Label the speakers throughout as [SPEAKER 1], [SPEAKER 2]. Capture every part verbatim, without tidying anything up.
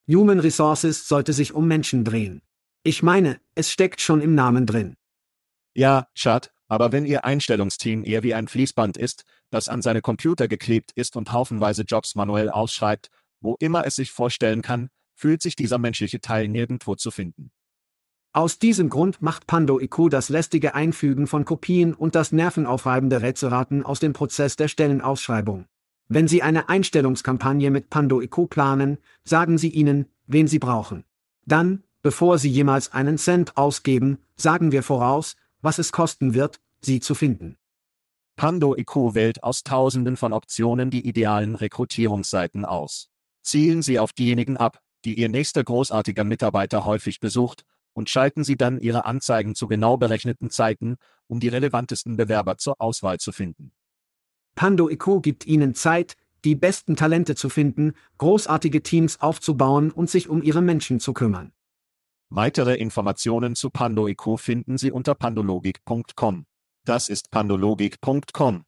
[SPEAKER 1] Human Resources sollte sich um Menschen drehen. Ich meine, es steckt schon im Namen drin.
[SPEAKER 2] Ja, Chad, aber wenn Ihr Einstellungsteam eher wie ein Fließband ist, das an seine Computer geklebt ist und haufenweise Jobs manuell ausschreibt, wo immer es sich vorstellen kann, fühlt sich dieser menschliche Teil nirgendwo zu finden.
[SPEAKER 1] Aus diesem Grund macht Pandoiku das lästige Einfügen von Kopien und das nervenaufreibende Rätselraten aus dem Prozess der Stellenausschreibung. Wenn Sie eine Einstellungskampagne mit Pandoiku planen, sagen Sie ihnen, wen Sie brauchen. Dann, bevor Sie jemals einen Cent ausgeben, sagen wir voraus, was es kosten wird, Sie zu finden.
[SPEAKER 2] Pandoiku wählt aus Tausenden von Optionen die idealen Rekrutierungsseiten aus. Zielen Sie auf diejenigen ab, die Ihr nächster großartiger Mitarbeiter häufig besucht, und schalten Sie dann Ihre Anzeigen zu genau berechneten Zeiten, um die relevantesten Bewerber zur Auswahl zu finden.
[SPEAKER 1] Pandoiku gibt Ihnen Zeit, die besten Talente zu finden, großartige Teams aufzubauen und sich um Ihre Menschen zu kümmern.
[SPEAKER 2] Weitere Informationen zu Pandoiku finden Sie unter pandologik punkt com. Das ist pandologik punkt com.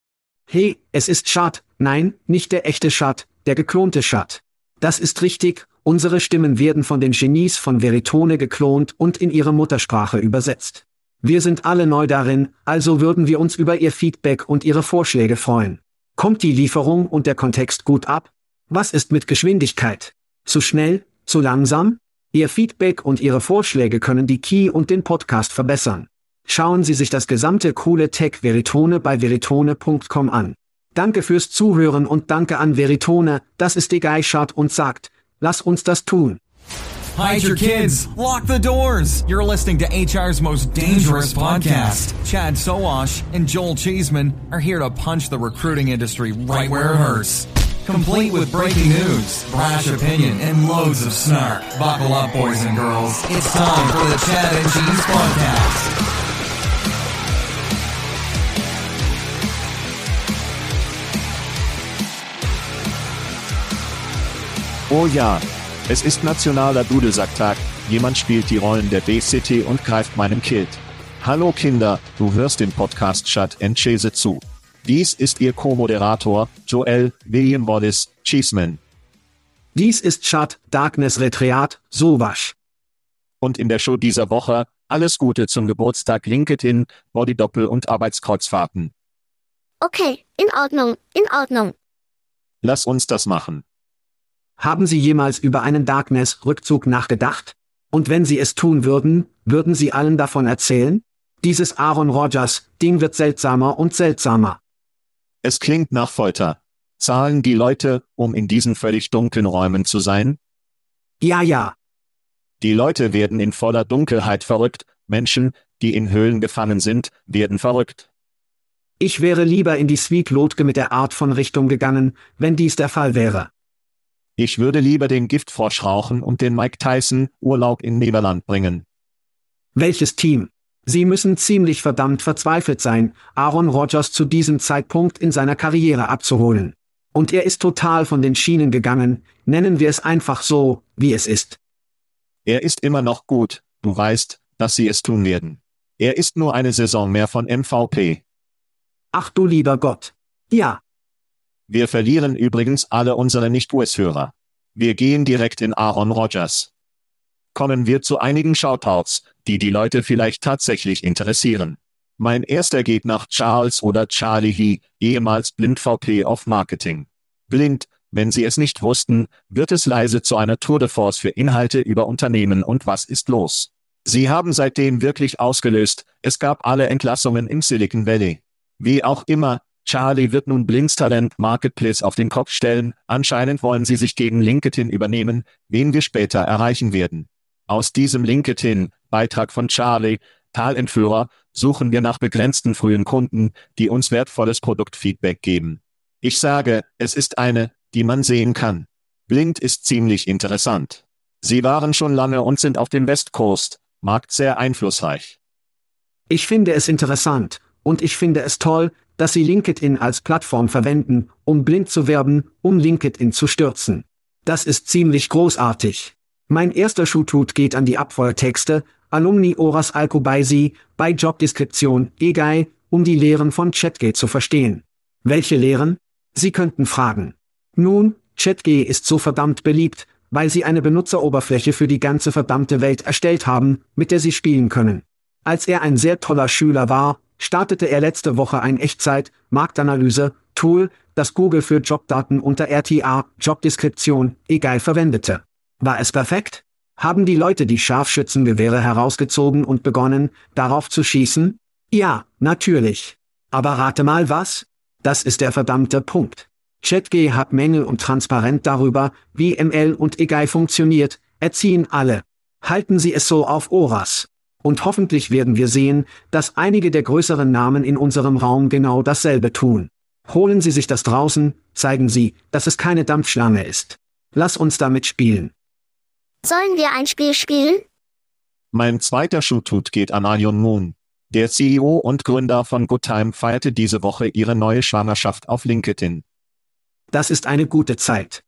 [SPEAKER 1] Hey, es ist Chad, nein, nicht der echte Chad, der geklonte Chad. Das ist richtig, unsere Stimmen werden von den Genies von Veritone geklont und in ihre Muttersprache übersetzt. Wir sind alle neu darin, also würden wir uns über Ihr Feedback und Ihre Vorschläge freuen. Kommt die Lieferung und der Kontext gut ab? Was ist mit Geschwindigkeit? Zu schnell? Zu langsam? Ihr Feedback und Ihre Vorschläge können die Key und den Podcast verbessern. Schauen Sie sich das gesamte coole Tech Veritone bei veritone punkt com an. Danke fürs Zuhören und danke an Veritone, dass es die Guy schaut und sagt, lass uns das tun.
[SPEAKER 3] Hide your kids. Lock the doors. You're listening to H R's most dangerous podcast. Chad Sowash and Joel Cheeseman are here to punch the recruiting industry right where it hurts. Complete with breaking news, brash opinion, and loads of snark. Buckle up, boys and girls. It's time for the Chad and Cheese Podcast.
[SPEAKER 2] Oh ja, es ist nationaler Dudelsacktag, jemand spielt die Rollen der B-City und greift meinem Kilt. Hallo Kinder, du hörst den Podcast Chad and Cheese zu. Dies ist Ihr Co-Moderator, Joel William Wallace Cheeseman.
[SPEAKER 1] Dies ist Chad Darkness Retreat Sowash.
[SPEAKER 2] Und in der Show dieser Woche, alles Gute zum Geburtstag LinkedIn, Bodydoppel und Arbeitskreuzfahrten.
[SPEAKER 4] Okay, in Ordnung, in Ordnung.
[SPEAKER 2] Lass uns das machen.
[SPEAKER 1] Haben Sie jemals über einen Darkness-Rückzug nachgedacht? Und wenn Sie es tun würden, würden Sie allen davon erzählen? Dieses Aaron Rodgers-Ding wird seltsamer und seltsamer.
[SPEAKER 2] Es klingt nach Folter. Zahlen die Leute, um in diesen völlig dunklen Räumen zu sein?
[SPEAKER 1] Ja, ja.
[SPEAKER 2] Die Leute werden in voller Dunkelheit verrückt, Menschen, die in Höhlen gefangen sind, werden verrückt.
[SPEAKER 1] Ich wäre lieber in die Sweet Lotge mit der Art von Richtung gegangen, wenn dies der Fall wäre.
[SPEAKER 2] Ich würde lieber den Giftfrosch rauchen und den Mike Tyson Urlaub in Neverland bringen.
[SPEAKER 1] Welches Team? Sie müssen ziemlich verdammt verzweifelt sein, Aaron Rodgers zu diesem Zeitpunkt in seiner Karriere abzuholen. Und er ist total von den Schienen gegangen, nennen wir es einfach so, wie es ist.
[SPEAKER 2] Er ist immer noch gut, du weißt, dass sie es tun werden. Er ist nur eine Saison mehr von M V P.
[SPEAKER 1] Ach du lieber Gott. Ja.
[SPEAKER 2] Wir verlieren übrigens alle unsere Nicht-U S-Hörer. Wir gehen direkt in Aaron Rodgers. Kommen wir zu einigen Shoutouts, die die Leute vielleicht tatsächlich interessieren. Mein erster geht nach Charles oder Charlie He, ehemals Blind V P of Marketing. Blind, wenn Sie es nicht wussten, wird es leise zu einer Tour de Force für Inhalte über Unternehmen und was ist los. Sie haben seitdem wirklich ausgelöst, es gab alle Entlassungen im Silicon Valley. Wie auch immer, Charlie wird nun Blinds Talent Marketplace auf den Kopf stellen, anscheinend wollen sie sich gegen LinkedIn übernehmen, wen wir später erreichen werden. Aus diesem LinkedIn-Beitrag von Charlie, Talentführer, suchen wir nach begrenzten frühen Kunden, die uns wertvolles Produktfeedback geben. Ich sage, es ist eine, die man sehen kann. Blind ist ziemlich interessant. Sie waren schon lange und sind auf dem West Coast, Markt sehr einflussreich.
[SPEAKER 1] Ich finde es interessant, und ich finde es toll, dass Sie LinkedIn als Plattform verwenden, um blind zu werben, um LinkedIn zu stürzen. Das ist ziemlich großartig. Mein erster Shootout geht an die Abfeuertexte, Alumni Oras Alkubaisi, bei Jobdeskription, egal, um die Lehren von ChatG zu verstehen. Welche Lehren? Sie könnten fragen. Nun, ChatG ist so verdammt beliebt, weil sie eine Benutzeroberfläche für die ganze verdammte Welt erstellt haben, mit der sie spielen können. Als er ein sehr toller Schüler war, startete er letzte Woche ein Echtzeit-Marktanalyse-Tool, das Google für Jobdaten unter R T A, Jobdeskription, egal verwendete. War es perfekt? Haben die Leute die Scharfschützengewehre herausgezogen und begonnen, darauf zu schießen? Ja, natürlich. Aber rate mal was? Das ist der verdammte Punkt. ChatG hat Mängel und transparent darüber, wie M L und A I funktioniert, erziehen alle. Halten Sie es so auf Oras. Und hoffentlich werden wir sehen, dass einige der größeren Namen in unserem Raum genau dasselbe tun. Holen Sie sich das draußen, zeigen Sie, dass es keine Dampfschlange ist. Lass uns damit spielen.
[SPEAKER 4] Sollen wir ein Spiel spielen?
[SPEAKER 2] Mein zweiter Shootout geht an Ion Moon. Der C E O und Gründer von GoodTime feierte diese Woche ihre neue Schwangerschaft auf LinkedIn.
[SPEAKER 1] Das ist eine gute Zeit.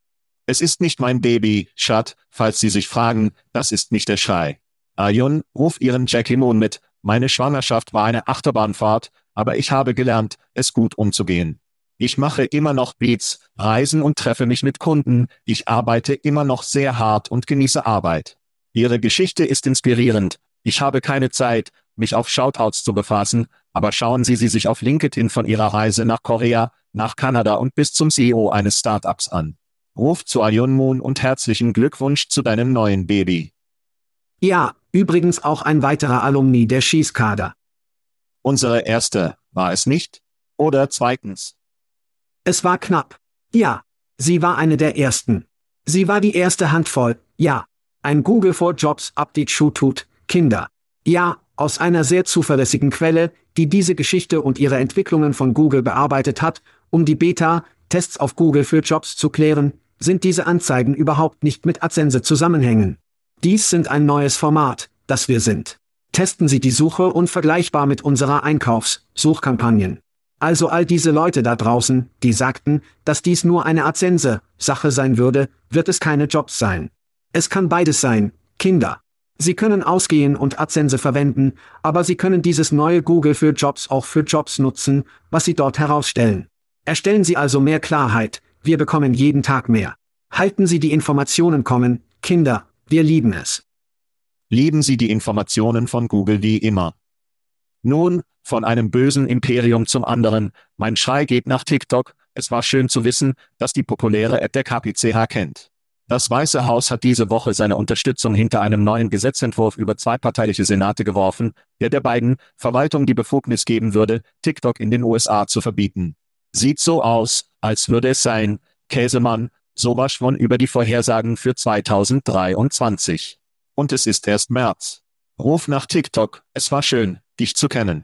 [SPEAKER 2] Es ist nicht mein Baby, Schat, falls Sie sich fragen, das ist nicht der Schrei. Ion, ruf Ihren Jackie Moon mit, meine Schwangerschaft war eine Achterbahnfahrt, aber ich habe gelernt, es gut umzugehen. Ich mache immer noch Beats, Reisen und treffe mich mit Kunden, ich arbeite immer noch sehr hart und genieße Arbeit. Ihre Geschichte ist inspirierend, ich habe keine Zeit, mich auf Shoutouts zu befassen, aber schauen Sie sie sich auf LinkedIn von Ihrer Reise nach Korea, nach Kanada und bis zum C E O eines Startups an. Ruf zu Ion Moon und herzlichen Glückwunsch zu deinem neuen Baby.
[SPEAKER 1] Ja, übrigens auch ein weiterer Alumni der Schießkader.
[SPEAKER 2] Unsere erste, war es nicht? Oder zweitens?
[SPEAKER 1] Es war knapp. Ja, sie war eine der ersten. Sie war die erste Handvoll, ja. Ein Google for Jobs Update Shootout, Kinder. Ja, aus einer sehr zuverlässigen Quelle, die diese Geschichte und ihre Entwicklungen von Google bearbeitet hat, um die Beta-Tests auf Google für Jobs zu klären, sind diese Anzeigen überhaupt nicht mit AdSense zusammenhängen. Dies sind ein neues Format, das wir sind. Testen Sie die Suche und vergleichbar mit unserer Einkaufs-Suchkampagnen. Also all diese Leute da draußen, die sagten, dass dies nur eine AdSense-Sache sein würde, wird es keine Jobs sein. Es kann beides sein, Kinder. Sie können ausgehen und AdSense verwenden, aber Sie können dieses neue Google für Jobs auch für Jobs nutzen, was Sie dort herausstellen. Erstellen Sie also mehr Klarheit, wir bekommen jeden Tag mehr. Halten Sie die Informationen kommen, Kinder, wir lieben es.
[SPEAKER 2] Lieben Sie die Informationen von Google wie immer. Nun, von einem bösen Imperium zum anderen, mein Schrei geht nach TikTok, es war schön zu wissen, dass die populäre App der K P C H kennt. Das Weiße Haus hat diese Woche seine Unterstützung hinter einem neuen Gesetzentwurf über zweiparteiliche Senate geworfen, der der beiden Verwaltung die Befugnis geben würde, TikTok in den U S A zu verbieten. Sieht so aus, als würde es sein, Käsemann, sowas von über die Vorhersagen für zweitausenddreiundzwanzig. Und es ist erst März. Ruf nach TikTok, es war schön, dich zu kennen.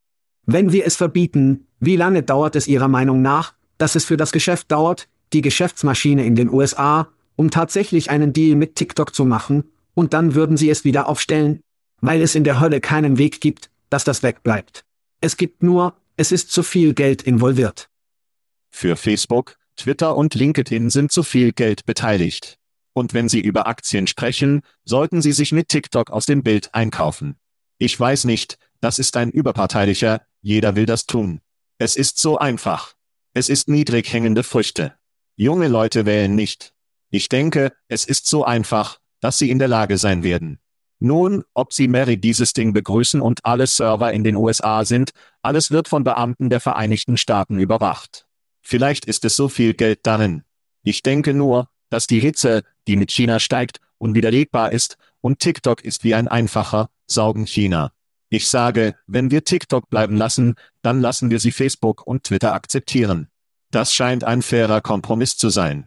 [SPEAKER 1] Wenn wir es verbieten, wie lange dauert es Ihrer Meinung nach, dass es für das Geschäft dauert, die Geschäftsmaschine in den U S A, um tatsächlich einen Deal mit TikTok zu machen, und dann würden sie es wieder aufstellen? Weil es in der Hölle keinen Weg gibt, dass das wegbleibt. Es gibt nur, es ist zu viel Geld involviert.
[SPEAKER 2] Für Facebook, Twitter und LinkedIn sind zu viel Geld beteiligt. Und wenn Sie über Aktien sprechen, sollten Sie sich mit TikTok aus dem Bild einkaufen. Ich weiß nicht, das ist ein überparteilicher, jeder will das tun. Es ist so einfach. Es ist niedrig hängende Früchte. Junge Leute wählen nicht. Ich denke, es ist so einfach, dass sie in der Lage sein werden. Nun, ob Sie Mary dieses Ding begrüßen und alle Server in den U S A sind, alles wird von Beamten der Vereinigten Staaten überwacht. Vielleicht ist es so viel Geld darin. Ich denke nur, dass die Hitze, die mit China steigt, unwiderlegbar ist, und TikTok ist wie ein einfacher Saugen China. Ich sage, wenn wir TikTok bleiben lassen, dann lassen wir sie Facebook und Twitter akzeptieren. Das scheint ein fairer Kompromiss zu sein.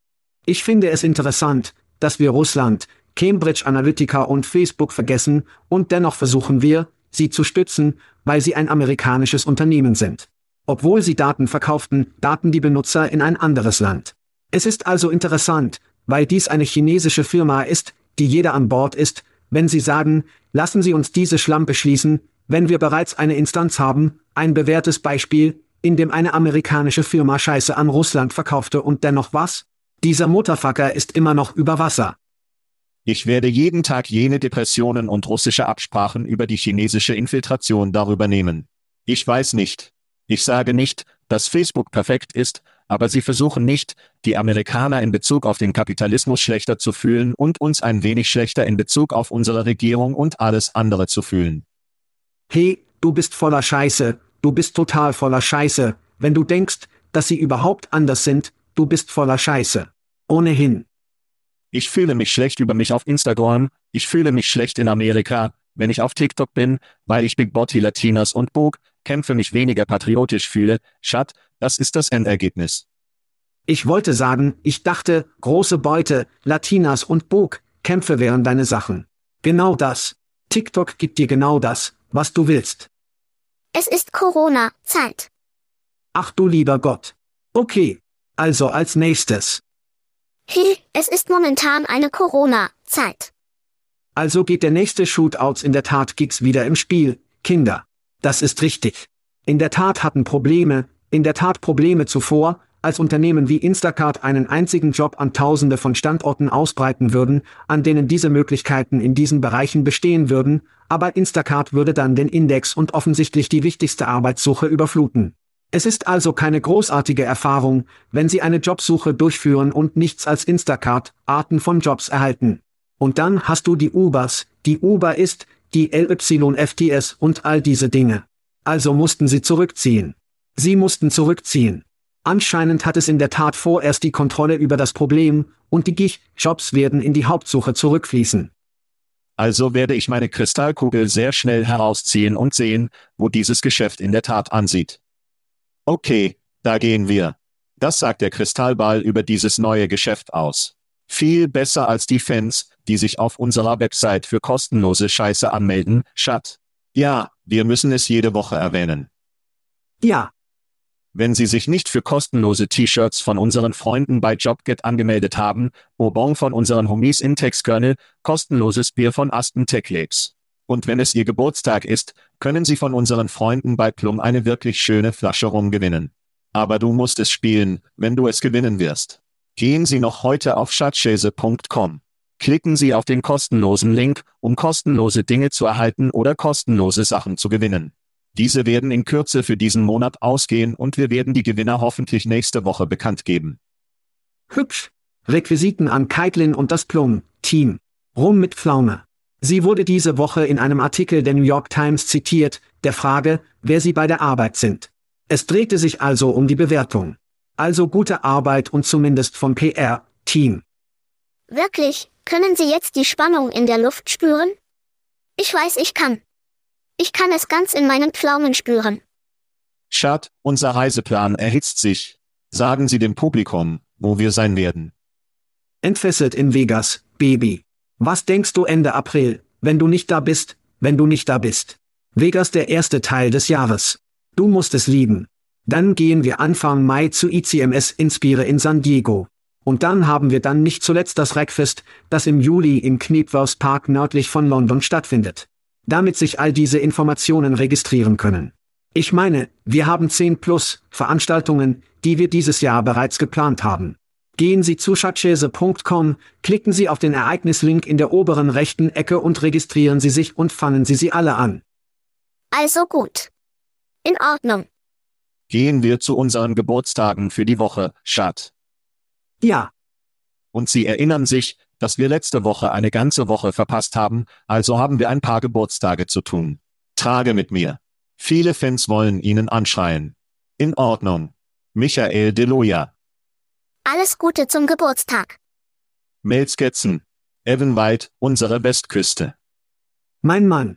[SPEAKER 1] Ich finde es interessant, dass wir Russland, Cambridge Analytica und Facebook vergessen, und dennoch versuchen wir, sie zu stützen, weil sie ein amerikanisches Unternehmen sind. Obwohl sie Daten verkauften, Daten die Benutzer in ein anderes Land. Es ist also interessant, weil dies eine chinesische Firma ist, die jeder an Bord ist, wenn sie sagen, lassen Sie uns diese Schlampe schließen, wenn wir bereits eine Instanz haben, ein bewährtes Beispiel, in dem eine amerikanische Firma Scheiße an Russland verkaufte und dennoch was? Dieser Mutterfucker ist immer noch über Wasser.
[SPEAKER 2] Ich werde jeden Tag jene Depressionen und russische Absprachen über die chinesische Infiltration darüber nehmen. Ich weiß nicht. Ich sage nicht, dass Facebook perfekt ist, aber sie versuchen nicht, die Amerikaner in Bezug auf den Kapitalismus schlechter zu fühlen und uns ein wenig schlechter in Bezug auf unsere Regierung und alles andere zu fühlen.
[SPEAKER 1] Hey, du bist voller Scheiße, du bist total voller Scheiße, wenn du denkst, dass sie überhaupt anders sind, du bist voller Scheiße. Ohnehin.
[SPEAKER 2] Ich fühle mich schlecht über mich auf Instagram, ich fühle mich schlecht in Amerika, wenn ich auf TikTok bin, weil ich Big Body Latinas und Bog, Kämpfe mich weniger patriotisch fühle, Schat, das ist das Endergebnis.
[SPEAKER 1] Ich wollte sagen, ich dachte, große Beute, Latinas und Bog, Kämpfe wären deine Sachen. Genau das. TikTok gibt dir genau das, was du willst.
[SPEAKER 4] Es ist Corona-Zeit.
[SPEAKER 1] Ach du lieber Gott. Okay. Also als nächstes.
[SPEAKER 4] Hi, es ist momentan eine Corona-Zeit.
[SPEAKER 1] Also geht der nächste Shootouts in der Tat Gigs wieder im Spiel, Kinder. Das ist richtig. In der Tat hatten Probleme, in der Tat Probleme zuvor, als Unternehmen wie Instacart einen einzigen Job an Tausende von Standorten ausbreiten würden, an denen diese Möglichkeiten in diesen Bereichen bestehen würden, aber Instacart würde dann den Index und offensichtlich die wichtigste Arbeitssuche überfluten. Es ist also keine großartige Erfahrung, wenn Sie eine Jobsuche durchführen und nichts als Instacart-Arten von Jobs erhalten. Und dann hast du die Ubers, die Uber ist, die L Y F T S und all diese Dinge. Also mussten sie zurückziehen. Sie mussten zurückziehen. Anscheinend hat es in der Tat vorerst die Kontrolle über das Problem, und die Gig-Jobs werden in die Hauptsuche zurückfließen.
[SPEAKER 2] Also werde ich meine Kristallkugel sehr schnell herausziehen und sehen, wo dieses Geschäft in der Tat ansieht. Okay, da gehen wir. Das sagt der Kristallball über dieses neue Geschäft aus. Viel besser als die Fans, die sich auf unserer Website für kostenlose Scheiße anmelden, Schat. Ja, wir müssen es jede Woche erwähnen.
[SPEAKER 1] Ja.
[SPEAKER 2] Wenn Sie sich nicht für kostenlose T-Shirts von unseren Freunden bei JobGet angemeldet haben, Bourbon von unseren Homies in Textkernel, kostenloses Bier von Aspen Tech Labs. Und wenn es Ihr Geburtstag ist, können Sie von unseren Freunden bei Plum eine wirklich schöne Flasche Rum gewinnen. Aber du musst es spielen, wenn du es gewinnen wirst. Gehen Sie noch heute auf schatzschäse punkt com. Klicken Sie auf den kostenlosen Link, um kostenlose Dinge zu erhalten oder kostenlose Sachen zu gewinnen. Diese werden in Kürze für diesen Monat ausgehen und wir werden die Gewinner hoffentlich nächste Woche bekannt geben.
[SPEAKER 1] Hübsch. Requisiten an Kaitlin und das Plum-Team. Rum mit Pflaume. Sie wurde diese Woche in einem Artikel der New York Times zitiert, der Frage, wer sie bei der Arbeit sind. Es drehte sich also um die Bewertung. Also gute Arbeit und zumindest vom P R-Team.
[SPEAKER 4] Wirklich, können Sie jetzt die Spannung in der Luft spüren? Ich weiß, ich kann. Ich kann es ganz in meinen Pflaumen spüren.
[SPEAKER 2] Schat, unser Reiseplan erhitzt sich. Sagen Sie dem Publikum, wo wir sein werden.
[SPEAKER 1] Entfesselt in Vegas, Baby. Was denkst du Ende April, wenn du nicht da bist, wenn du nicht da bist? Vegas der erste Teil des Jahres. Du musst es lieben. Dann gehen wir Anfang Mai zu I C M S Inspire in San Diego. Und dann haben wir dann nicht zuletzt das Wreckfest, das im Juli im Knebworth Park nördlich von London stattfindet. Damit sich all diese Informationen registrieren können. Ich meine, wir haben zehn plus Veranstaltungen, die wir dieses Jahr bereits geplant haben. Gehen Sie zu schatzschäse punkt com, klicken Sie auf den Ereignislink in der oberen rechten Ecke und registrieren Sie sich und fangen Sie sie alle an.
[SPEAKER 4] Also gut. In Ordnung.
[SPEAKER 2] Gehen wir zu unseren Geburtstagen für die Woche, Schat.
[SPEAKER 1] Ja.
[SPEAKER 2] Und Sie erinnern sich, dass wir letzte Woche eine ganze Woche verpasst haben, also haben wir ein paar Geburtstage zu tun. Trage mit mir. Viele Fans wollen Ihnen anschreien. In Ordnung. Michael Deloya.
[SPEAKER 4] Alles Gute zum Geburtstag.
[SPEAKER 2] Mel Sketzen. Evan White, unsere Westküste.
[SPEAKER 1] Mein Mann.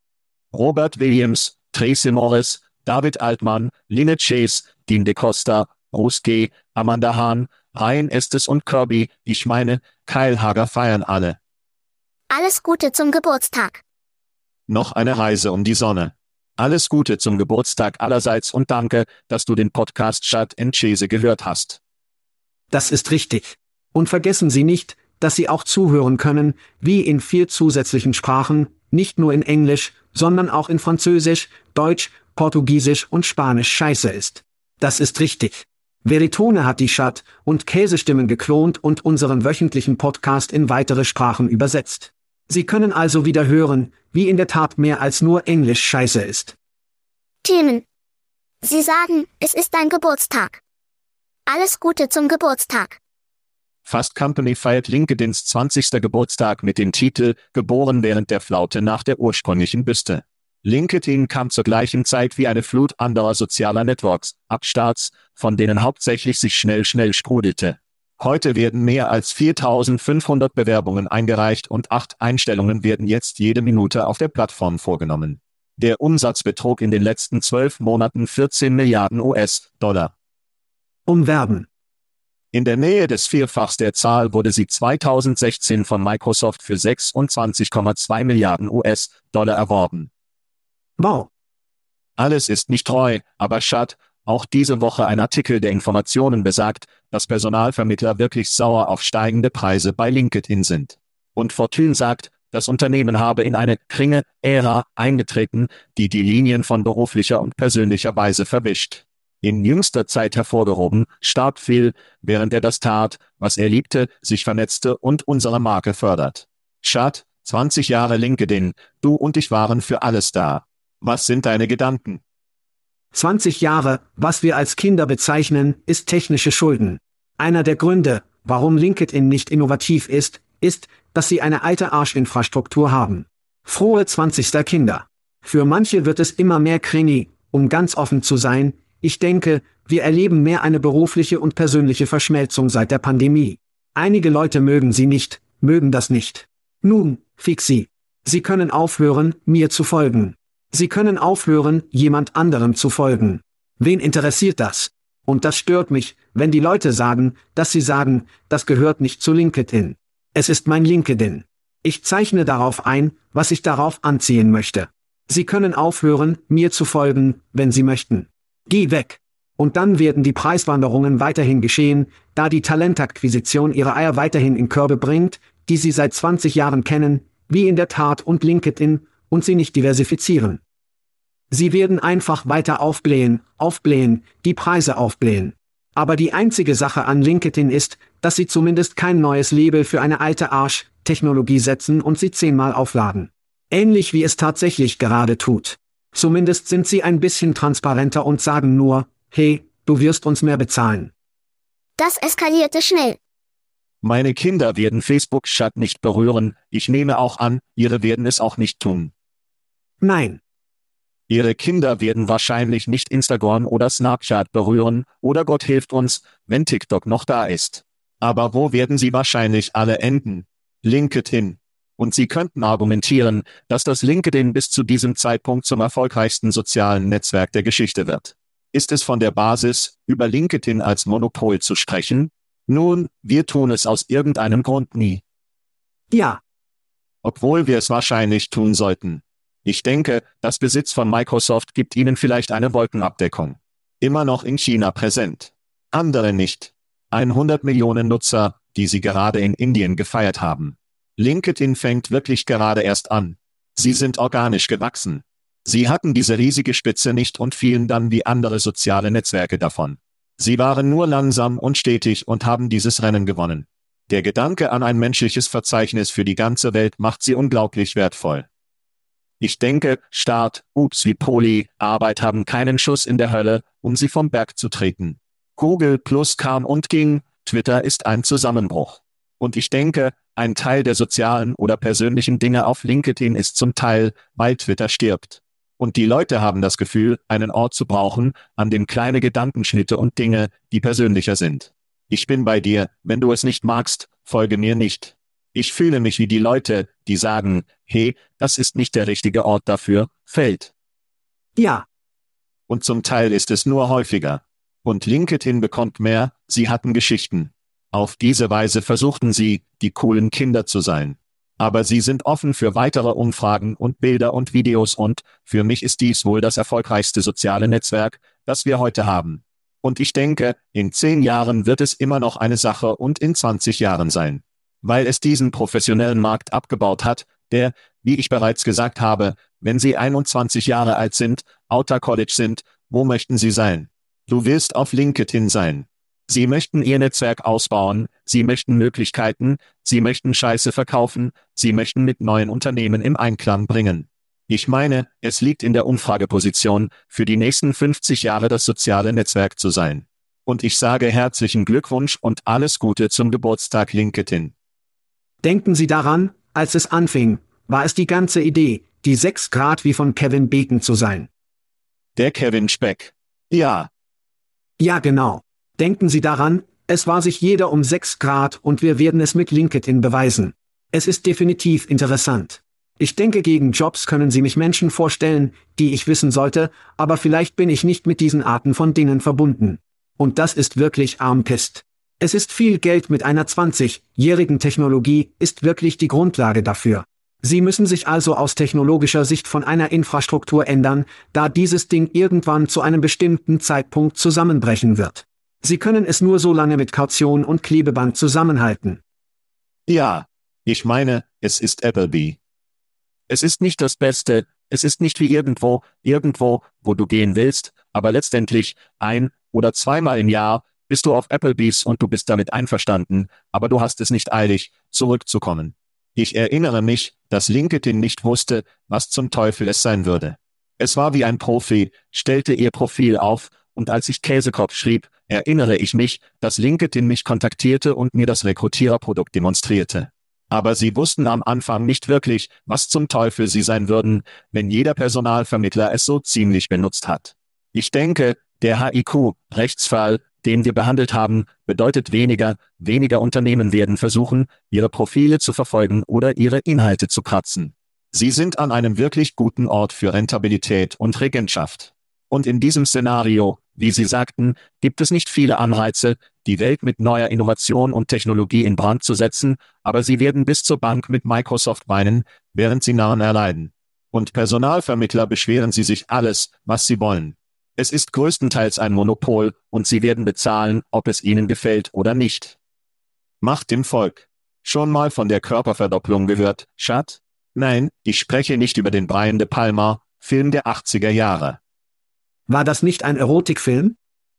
[SPEAKER 2] Robert Williams, Tracy Morris, David Altmann, Lynette Chase, Dean DeCosta, Bruce G., Amanda Hahn, Ryan Estes und Kirby, ich meine, Kyle Hager feiern alle.
[SPEAKER 4] Alles Gute zum Geburtstag.
[SPEAKER 2] Noch eine Reise um die Sonne. Alles Gute zum Geburtstag allerseits und danke, dass du den Podcast Chat and Chase gehört hast.
[SPEAKER 1] Das ist richtig. Und vergessen Sie nicht, dass Sie auch zuhören können, wie in vier zusätzlichen Sprachen, nicht nur in Englisch, sondern auch in Französisch, Deutsch, Portugiesisch und Spanisch scheiße ist. Das ist richtig. Veritone hat die Chat- und Käsestimmen geklont und unseren wöchentlichen Podcast in weitere Sprachen übersetzt. Sie können also wieder hören, wie in der Tat mehr als nur Englisch scheiße ist.
[SPEAKER 4] Themen. Sie sagen, es ist dein Geburtstag. Alles Gute zum Geburtstag.
[SPEAKER 2] Fast Company feiert LinkedIns zwanzigsten Geburtstag mit dem Titel »Geboren während der Flaute nach der ursprünglichen Büste«. LinkedIn kam zur gleichen Zeit wie eine Flut anderer sozialer Networks, Upstarts, von denen hauptsächlich sich schnell schnell sprudelte. Heute werden mehr als viertausendfünfhundert Bewerbungen eingereicht und acht Einstellungen werden jetzt jede Minute auf der Plattform vorgenommen. Der Umsatz betrug in den letzten zwölf Monaten vierzehn Milliarden U S-Dollar.
[SPEAKER 1] Umwerben.
[SPEAKER 2] In der Nähe des Vierfachs der Zahl wurde sie zweitausendsechzehn von Microsoft für sechsundzwanzig Komma zwei Milliarden U S-Dollar erworben.
[SPEAKER 1] Wow.
[SPEAKER 2] Alles ist nicht treu, aber schad, auch diese Woche ein Artikel der Informationen besagt, dass Personalvermittler wirklich sauer auf steigende Preise bei LinkedIn sind. Und Fortune sagt, das Unternehmen habe in eine kringe Ära eingetreten, die die Linien von beruflicher und persönlicher Weise verwischt. In jüngster Zeit hervorgehoben, starb Phil, während er das tat, was er liebte, sich vernetzte und unsere Marke fördert. Schad, zwanzig Jahre LinkedIn, du und ich waren für alles da. Was sind deine Gedanken?
[SPEAKER 1] zwanzig Jahre, was wir als Kinder bezeichnen, ist technische Schulden. Einer der Gründe, warum LinkedIn nicht innovativ ist, ist, dass sie eine alte Arschinfrastruktur haben. Frohe zwanzigster Kinder. Für manche wird es immer mehr cringy, um ganz offen zu sein. Ich denke, wir erleben mehr eine berufliche und persönliche Verschmelzung seit der Pandemie. Einige Leute mögen sie nicht, mögen das nicht. Nun, fix sie. Sie können aufhören, mir zu folgen. Sie können aufhören, jemand anderem zu folgen. Wen interessiert das? Und das stört mich, wenn die Leute sagen, dass sie sagen, das gehört nicht zu LinkedIn. Es ist mein LinkedIn. Ich zeichne darauf ein, was ich darauf anziehen möchte. Sie können aufhören, mir zu folgen, wenn Sie möchten. Geh weg. Und dann werden die Preiswanderungen weiterhin geschehen, da die Talentakquisition ihre Eier weiterhin in Körbe bringt, die Sie seit zwanzig Jahren kennen, wie in der Tat und LinkedIn, und sie nicht diversifizieren. Sie werden einfach weiter aufblähen, aufblähen, die Preise aufblähen. Aber die einzige Sache an LinkedIn ist, dass sie zumindest kein neues Label für eine alte Arsch-Technologie setzen und sie zehnmal aufladen. Ähnlich wie es tatsächlich gerade tut. Zumindest sind sie ein bisschen transparenter und sagen nur, hey, du wirst uns mehr bezahlen.
[SPEAKER 4] Das eskalierte schnell.
[SPEAKER 2] Meine Kinder werden Facebook-Chat nicht berühren, ich nehme auch an, ihre werden es auch nicht tun.
[SPEAKER 1] Nein.
[SPEAKER 2] Ihre Kinder werden wahrscheinlich nicht Instagram oder Snapchat berühren, oder Gott hilft uns, wenn TikTok noch da ist. Aber wo werden sie wahrscheinlich alle enden? LinkedIn. Und sie könnten argumentieren, dass das LinkedIn bis zu diesem Zeitpunkt zum erfolgreichsten sozialen Netzwerk der Geschichte wird. Ist es von der Basis, über LinkedIn als Monopol zu sprechen? Nun, wir tun es aus irgendeinem Grund nie.
[SPEAKER 1] Ja.
[SPEAKER 2] Obwohl wir es wahrscheinlich tun sollten. Ich denke, das Besitz von Microsoft gibt ihnen vielleicht eine Wolkenabdeckung. Immer noch in China präsent. Andere nicht. hundert Millionen Nutzer, die sie gerade in Indien gefeiert haben. LinkedIn fängt wirklich gerade erst an. Sie sind organisch gewachsen. Sie hatten diese riesige Spitze nicht und fielen dann wie andere soziale Netzwerke davon. Sie waren nur langsam und stetig und haben dieses Rennen gewonnen. Der Gedanke an ein menschliches Verzeichnis für die ganze Welt macht sie unglaublich wertvoll. Ich denke, Staat, Ups wie Poli, Arbeit haben keinen Schuss in der Hölle, um sie vom Berg zu treten. Google Plus kam und ging, Twitter ist ein Zusammenbruch. Und ich denke, ein Teil der sozialen oder persönlichen Dinge auf LinkedIn ist zum Teil, weil Twitter stirbt. Und die Leute haben das Gefühl, einen Ort zu brauchen, an dem kleine Gedankenschnitte und Dinge, die persönlicher sind. Ich bin bei dir, wenn du es nicht magst, folge mir nicht. Ich fühle mich wie die Leute, die sagen, hey, das ist nicht der richtige Ort dafür, fällt.
[SPEAKER 1] Ja.
[SPEAKER 2] Und zum Teil ist es nur häufiger. Und LinkedIn bekommt mehr, sie hatten Geschichten. Auf diese Weise versuchten sie, die coolen Kinder zu sein. Aber sie sind offen für weitere Umfragen und Bilder und Videos und, für mich ist dies wohl das erfolgreichste soziale Netzwerk, das wir heute haben. Und ich denke, in zehn Jahren wird es immer noch eine Sache und in zwanzig Jahren sein. Weil es diesen professionellen Markt abgebaut hat, der, wie ich bereits gesagt habe, wenn Sie einundzwanzig Jahre alt sind, outer College sind, wo möchten Sie sein? Du willst auf LinkedIn sein. Sie möchten Ihr Netzwerk ausbauen, Sie möchten Möglichkeiten, Sie möchten Scheiße verkaufen, Sie möchten mit neuen Unternehmen im Einklang bringen. Ich meine, es liegt in der Umfrageposition, für die nächsten fünfzig Jahre das soziale Netzwerk zu sein. Und ich sage herzlichen Glückwunsch und alles Gute zum Geburtstag, LinkedIn.
[SPEAKER 1] Denken Sie daran, als es anfing, war es die ganze Idee, die sechs Grad wie von Kevin Bacon zu sein.
[SPEAKER 2] Der Kevin Speck. Ja.
[SPEAKER 1] Ja, genau. Denken Sie daran, es war sich jeder um sechs Grad und wir werden es mit LinkedIn beweisen. Es ist definitiv interessant. Ich denke, gegen Jobs können Sie mich Menschen vorstellen, die ich wissen sollte, aber vielleicht bin ich nicht mit diesen Arten von Dingen verbunden. Und das ist wirklich armkist. Es ist viel Geld mit einer zwanzigjährigen Technologie, ist wirklich die Grundlage dafür. Sie müssen sich also aus technologischer Sicht von einer Infrastruktur ändern, da dieses Ding irgendwann zu einem bestimmten Zeitpunkt zusammenbrechen wird. Sie können es nur so lange mit Kaution und Klebeband zusammenhalten.
[SPEAKER 2] Ja, ich meine, es ist Appleby. Es ist nicht das Beste, es ist nicht wie irgendwo, irgendwo, wo du gehen willst, aber letztendlich, ein- oder zweimal im Jahr, bist du auf Applebee's und du bist damit einverstanden, aber du hast es nicht eilig, zurückzukommen. Ich erinnere mich, dass LinkedIn nicht wusste, was zum Teufel es sein würde. Es war wie ein Profi, stellte ihr Profil auf, und als ich Käsekopf schrieb, erinnere ich mich, dass LinkedIn mich kontaktierte und mir das Rekrutiererprodukt demonstrierte. Aber sie wussten am Anfang nicht wirklich, was zum Teufel sie sein würden, wenn jeder Personalvermittler es so ziemlich benutzt hat. Ich denke, der H I Q-Rechtsfall, den wir behandelt haben, bedeutet weniger, weniger Unternehmen werden versuchen, ihre Profile zu verfolgen oder ihre Inhalte zu kratzen. Sie sind an einem wirklich guten Ort für Rentabilität und Regentschaft. Und in diesem Szenario, wie Sie sagten, gibt es nicht viele Anreize, die Welt mit neuer Innovation und Technologie in Brand zu setzen, aber Sie werden bis zur Bank mit Microsoft weinen, während Sie Narren erleiden. Und Personalvermittler beschweren Sie sich alles, was Sie wollen. Es ist größtenteils ein Monopol, und Sie werden bezahlen, ob es Ihnen gefällt oder nicht. Macht dem Volk. Schon mal von der Körperverdopplung gehört, Schat? Nein, ich spreche nicht über den Brian De Palma, Film der achtziger Jahre.
[SPEAKER 1] War das nicht ein Erotikfilm?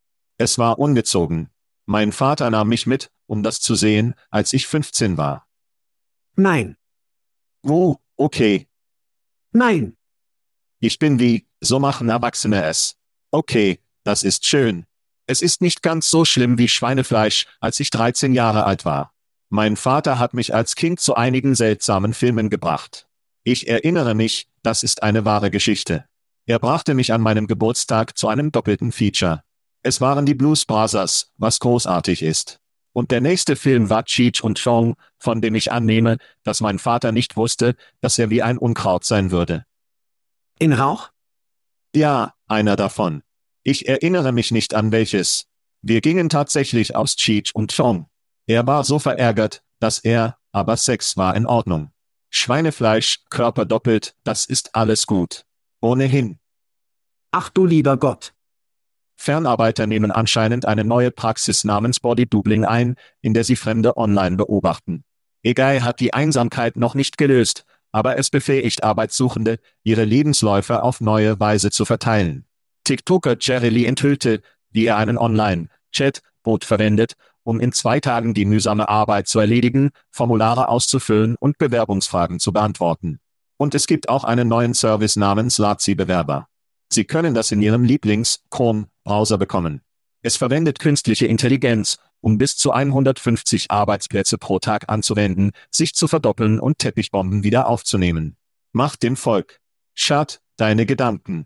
[SPEAKER 2] Es war ungezogen. Mein Vater nahm mich mit, um das zu sehen, als ich fünfzehn war.
[SPEAKER 1] Nein.
[SPEAKER 2] Oh, okay.
[SPEAKER 1] Nein.
[SPEAKER 2] Ich bin wie, so machen Erwachsene es. Okay, das ist schön. Es ist nicht ganz so schlimm wie Schweinefleisch, als ich dreizehn Jahre alt war. Mein Vater hat mich als Kind zu einigen seltsamen Filmen gebracht. Ich erinnere mich, das ist eine wahre Geschichte. Er brachte mich an meinem Geburtstag zu einem doppelten Feature. Es waren die Blues Brothers, was großartig ist. Und der nächste Film war Cheech und Chong, von dem ich annehme, dass mein Vater nicht wusste, dass er wie ein Unkraut sein würde.
[SPEAKER 1] In Rauch?
[SPEAKER 2] Ja, einer davon. Ich erinnere mich nicht an welches. Wir gingen tatsächlich aus Cheech und Chong. Er war so verärgert, dass er, aber Sex war in Ordnung. Schweinefleisch, Körper doppelt, das ist alles gut. Ohnehin.
[SPEAKER 1] Ach du lieber Gott.
[SPEAKER 2] Fernarbeiter nehmen anscheinend eine neue Praxis namens Bodydoubling ein, in der sie Fremde online beobachten. A I hat die Einsamkeit noch nicht gelöst, aber es befähigt Arbeitssuchende, ihre Lebensläufe auf neue Weise zu verteilen. TikToker Jerry Lee enthüllte, wie er einen Online-Chat-Bot verwendet, um in zwei Tagen die mühsame Arbeit zu erledigen, Formulare auszufüllen und Bewerbungsfragen zu beantworten. Und es gibt auch einen neuen Service namens Lazi-Bewerber. Sie können das in Ihrem Lieblings-Chrome-Browser bekommen. Es verwendet künstliche Intelligenz, um bis zu hundertfünfzig Arbeitsplätze pro Tag anzuwenden, sich zu verdoppeln und Teppichbomben wieder aufzunehmen. Macht dem Volk. Schat, deine Gedanken.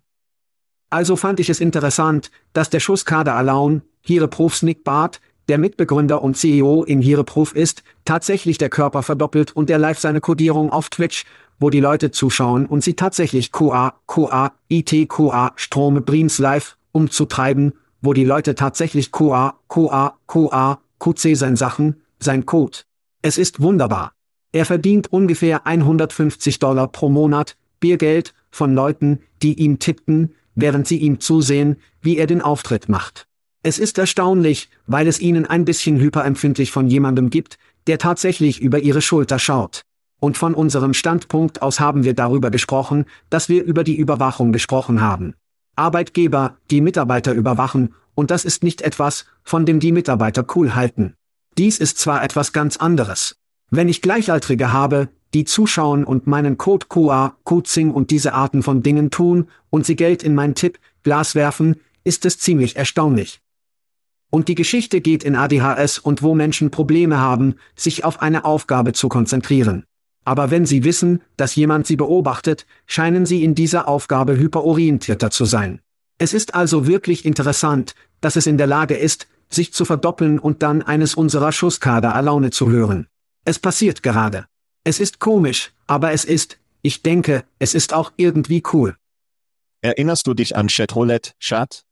[SPEAKER 1] Also fand ich es interessant, dass der Schuss-Kader Alaun, Hireproof Nick Barth, der Mitbegründer und C E O in Hireproof ist, tatsächlich der Körper verdoppelt und er live seine Codierung auf Twitch, wo die Leute zuschauen und sie tatsächlich Q A, Q A, I T Q A, Strome Breams live, umzutreiben, wo die Leute tatsächlich Q A, Q A, Q A, Q C sein Sachen, sein Code. Es ist wunderbar. Er verdient ungefähr hundertfünfzig Dollar pro Monat, Biergeld, von Leuten, die ihm tippten, während sie ihm zusehen, wie er den Auftritt macht. Es ist erstaunlich, weil es ihnen ein bisschen hyperempfindlich von jemandem gibt, der tatsächlich über ihre Schulter schaut. Und von unserem Standpunkt aus haben wir darüber gesprochen, dass wir über die Überwachung gesprochen haben. Arbeitgeber, die Mitarbeiter überwachen, und das ist nicht etwas, von dem die Mitarbeiter cool halten. Dies ist zwar etwas ganz anderes. Wenn ich Gleichaltrige habe, die zuschauen und meinen Code Q A, Q-Zing und diese Arten von Dingen tun, und sie Geld in mein Tipp-Glas werfen, ist es ziemlich erstaunlich. Und die Geschichte geht in A D H S und wo Menschen Probleme haben, sich auf eine Aufgabe zu konzentrieren. Aber wenn sie wissen, dass jemand sie beobachtet, scheinen sie in dieser Aufgabe hyperorientierter zu sein. Es ist also wirklich interessant, dass es in der Lage ist, sich zu verdoppeln und dann eines unserer Schusskader-Alaune zu hören. Es passiert gerade. Es ist komisch, aber es ist, ich denke, es ist auch irgendwie cool.
[SPEAKER 2] Erinnerst du dich an Chatroulette, Chat?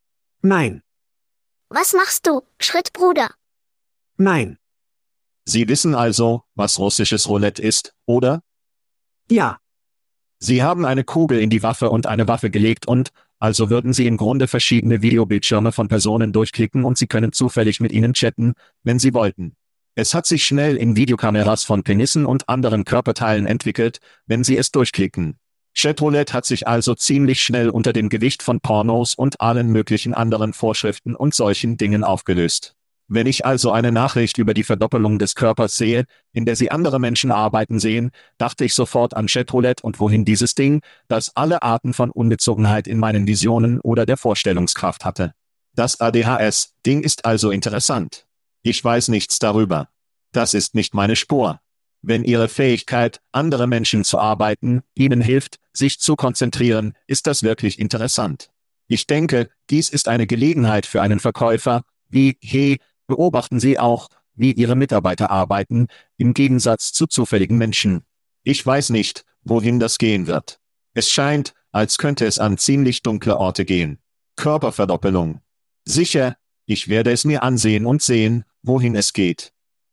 [SPEAKER 1] Nein.
[SPEAKER 4] Was machst du, Schrittbruder?
[SPEAKER 1] Nein.
[SPEAKER 2] Sie wissen also, was russisches Roulette ist, oder?
[SPEAKER 1] Ja.
[SPEAKER 2] Sie haben eine Kugel in die Waffe und eine Waffe gelegt und, also würden Sie im Grunde verschiedene Videobildschirme von Personen durchklicken und Sie können zufällig mit ihnen chatten, wenn Sie wollten. Es hat sich schnell in Videokameras von Penissen und anderen Körperteilen entwickelt, wenn Sie es durchklicken. Chatroulette hat sich also ziemlich schnell unter dem Gewicht von Pornos und allen möglichen anderen Vorschriften und solchen Dingen aufgelöst. Wenn ich also eine Nachricht über die Verdoppelung des Körpers sehe, in der Sie andere Menschen arbeiten sehen, dachte ich sofort an Chatroulette und wohin dieses Ding, das alle Arten von Unbezogenheit in meinen Visionen oder der Vorstellungskraft hatte. Das A D H S-Ding ist also interessant. Ich weiß nichts darüber. Das ist nicht meine Spur. Wenn Ihre Fähigkeit, andere Menschen zu arbeiten, Ihnen hilft, sich zu konzentrieren, ist das wirklich interessant. Ich denke, dies ist eine Gelegenheit für einen Verkäufer, wie, hey, beobachten Sie auch, wie Ihre Mitarbeiter arbeiten, im Gegensatz zu zufälligen Menschen. Ich weiß nicht, wohin das gehen wird. Es scheint, als könnte es an ziemlich dunkle Orte gehen. Körperverdoppelung. Sicher, ich werde es mir ansehen und sehen, wohin es geht.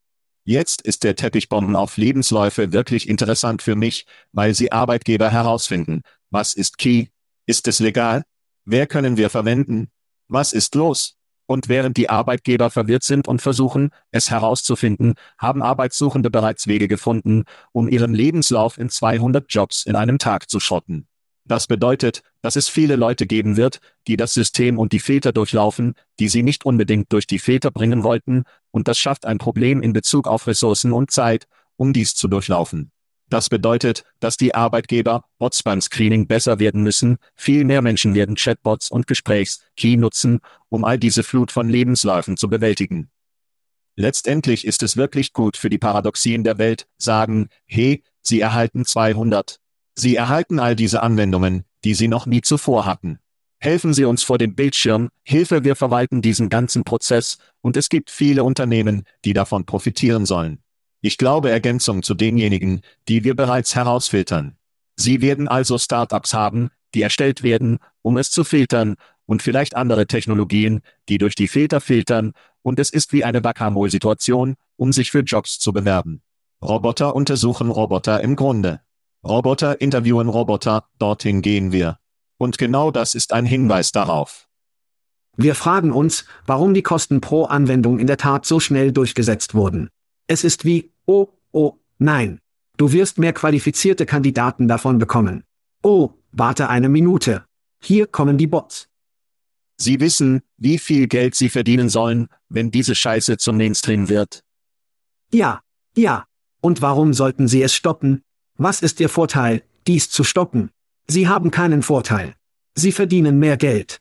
[SPEAKER 2] Jetzt ist der Teppichbomben auf Lebensläufe wirklich interessant für mich, weil sie Arbeitgeber herausfinden. Was ist Key? Ist es legal? Wer können wir verwenden? Was ist los? Und während die Arbeitgeber verwirrt sind und versuchen, es herauszufinden, haben Arbeitssuchende bereits Wege gefunden, um ihren Lebenslauf in zweihundert Jobs in einem Tag zu schrotten. Das bedeutet, dass es viele Leute geben wird, die das System und die Filter durchlaufen, die sie nicht unbedingt durch die Filter bringen wollten, und das schafft ein Problem in Bezug auf Ressourcen und Zeit, um dies zu durchlaufen. Das bedeutet, dass die Arbeitgeber Bots beim Screening besser werden müssen, viel mehr Menschen werden Chatbots und Gesprächs-Key nutzen, um all diese Flut von Lebensläufen zu bewältigen. Letztendlich ist es wirklich gut für die Paradoxien der Welt, sagen, hey, Sie erhalten zweihundert. Sie erhalten all diese Anwendungen, die Sie noch nie zuvor hatten. Helfen Sie uns vor dem Bildschirm, Hilfe, wir verwalten diesen ganzen Prozess, und es gibt viele Unternehmen, die davon profitieren sollen. Ich glaube Ergänzung zu denjenigen, die wir bereits herausfiltern. Sie werden also Startups haben, die erstellt werden, um es zu filtern, und vielleicht andere Technologien, die durch die Filter filtern, und es ist wie eine Whack-a-Mole-Situation, um sich für Jobs zu bewerben. Roboter untersuchen Roboter im Grunde. Roboter interviewen Roboter, dorthin gehen wir. Und genau das ist ein Hinweis darauf.
[SPEAKER 1] Wir fragen uns, warum die Kosten pro Anwendung in der Tat so schnell durchgesetzt wurden. Es ist wie, oh, oh, nein. Du wirst mehr qualifizierte Kandidaten davon bekommen. Oh, warte eine Minute. Hier kommen die Bots.
[SPEAKER 2] Sie wissen, wie viel Geld sie verdienen sollen, wenn diese Scheiße zum Mainstream wird.
[SPEAKER 1] Ja, ja. Und warum sollten sie es stoppen? Was ist Ihr Vorteil, dies zu stoppen? Sie haben keinen Vorteil. Sie verdienen mehr Geld.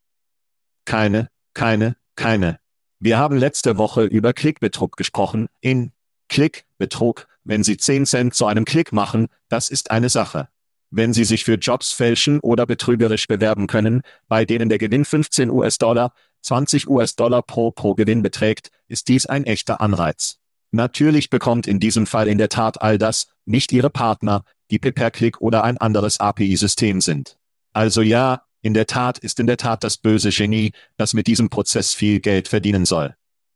[SPEAKER 2] Keine, keine, keine. Wir haben letzte Woche über Klickbetrug gesprochen. In Klickbetrug, wenn Sie zehn Cent zu einem Klick machen, das ist eine Sache. Wenn Sie sich für Jobs fälschen oder betrügerisch bewerben können, bei denen der Gewinn fünfzehn US-Dollar, zwanzig US-Dollar pro pro Gewinn beträgt, ist dies ein echter Anreiz. Natürlich bekommt in diesem Fall in der Tat all das, nicht Ihre Partner, die Pay-per-Click oder ein anderes A P I-System sind. Also ja, in der Tat ist in der Tat das böse Genie, das mit diesem Prozess viel Geld verdienen soll.